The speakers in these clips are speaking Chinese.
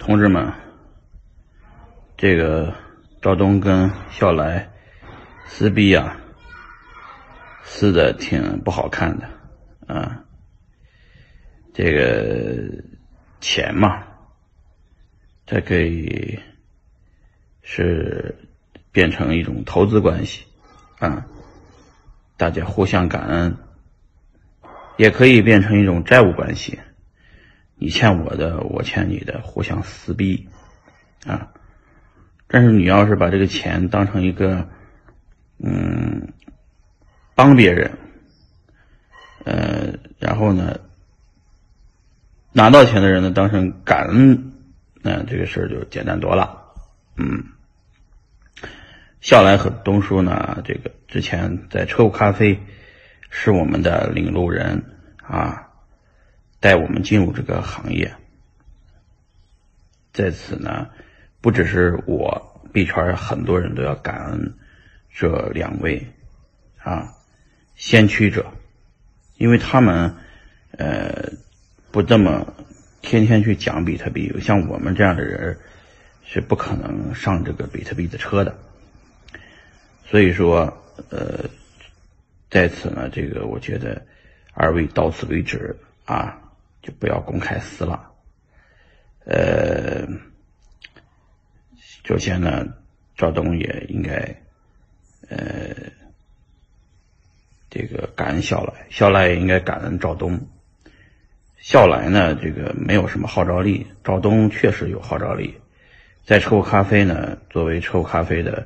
同志们，这个赵东跟笑来撕逼啊，撕的挺不好看的啊。这个钱嘛，它可以是变成一种投资关系啊，大家互相感恩，也可以变成一种债务关系，你欠我的，我欠你的，互相撕逼啊。但是你要是把这个钱当成一个帮别人，然后呢拿到钱的人呢当成感恩，这个事儿就简单多了。笑来和东叔呢，这个之前在车库咖啡是我们的领路人啊，带我们进入这个行业。在此呢，不只是我币圈很多人都要感恩这两位啊先驱者，因为他们不这么天天去讲比特币，像我们这样的人是不可能上这个比特币的车的。所以说在此呢，这个我觉得二位到此为止啊，就不要公开撕了。首先呢，赵东也应该这个感恩笑来，笑来也应该感恩赵东。笑来呢，这个没有什么号召力，赵东确实有号召力。在车库咖啡呢，作为车库咖啡的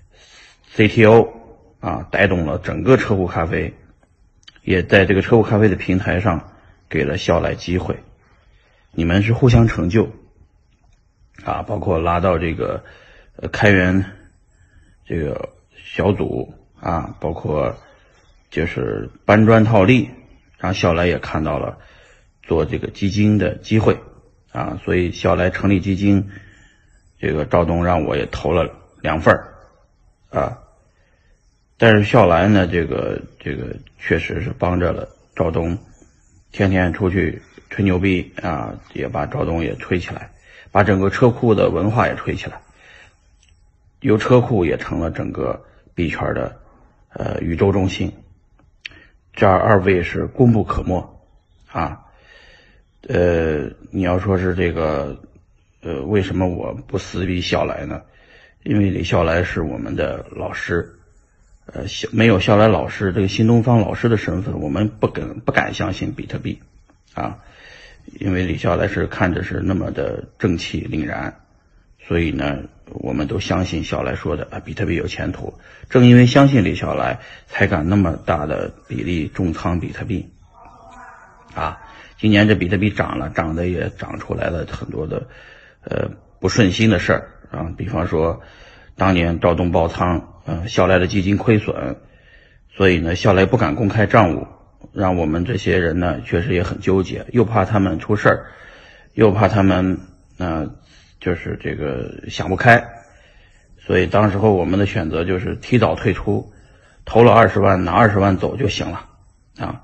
CTO 啊，带动了整个车库咖啡，也在这个车库咖啡的平台上给了笑来机会。你们是互相成就啊，包括拉到这个开源这个小组啊，包括就是搬砖套利，然后笑来也看到了做这个基金的机会啊，所以笑来成立基金，这个赵东让我也投了2份啊。但是笑来呢，这个确实是帮着了赵东，天天出去吹牛逼啊，也把赵东也吹起来，把整个车库的文化也吹起来，由车库也成了整个币圈的宇宙中心。这二位是功不可没啊。你要说是这个为什么我不撕逼笑来呢？因为李笑来是我们的老师，没有笑来老师这个新东方老师的身份，我们不敢相信比特币啊。因为李笑来是看着是那么的正气凛然，所以呢我们都相信笑来说的比特币有前途。正因为相信李笑来，才敢那么大的比例重仓比特币啊。今年这比特币涨了，涨的也涨出来了很多的不顺心的事儿啊，比方说当年赵东爆仓，笑来的基金亏损，所以呢笑来不敢公开账务，让我们这些人呢确实也很纠结，又怕他们出事儿，又怕他们就是这个想不开，所以当时候我们的选择就是提早退出，投了20万，拿20万走就行了啊。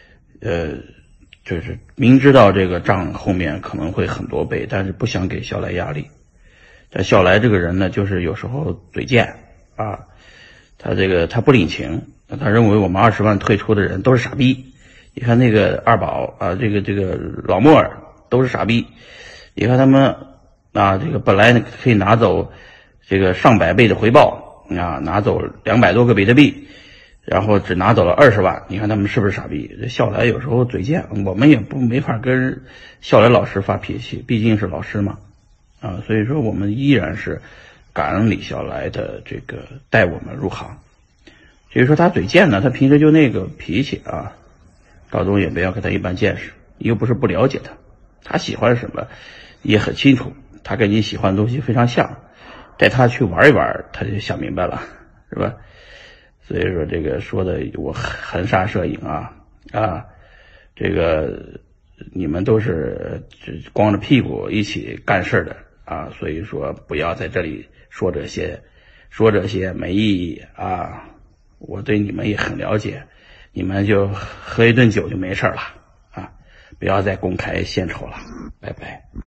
就是明知道这个账后面可能会很多倍，但是不想给笑来压力。但笑来这个人呢，就是有时候嘴贱啊，他不领情，他认为我们20万退出的人都是傻逼。你看那个二宝啊，这个老莫尔都是傻逼。你看他们啊，这个本来可以拿走这个上百倍的回报啊，拿走200多个比特币，然后只拿走了20万，你看他们是不是傻逼？这笑来有时候嘴贱，我们也没法跟笑来老师发脾气，毕竟是老师嘛啊，所以说我们依然是感恩李笑来的这个带我们入行。至于说他嘴贱呢，他平时就那个脾气啊，赵东也不要跟他一般见识，又不是不了解他，他喜欢什么也很清楚，他跟你喜欢的东西非常像，带他去玩一玩，他就想明白了，是吧？所以说这个说的我含沙射影啊，这个你们都是光着屁股一起干事的啊，所以说不要在这里说这些没意义啊。我对你们也很了解，你们就喝一顿酒就没事了啊，不要再公开献丑了，拜拜。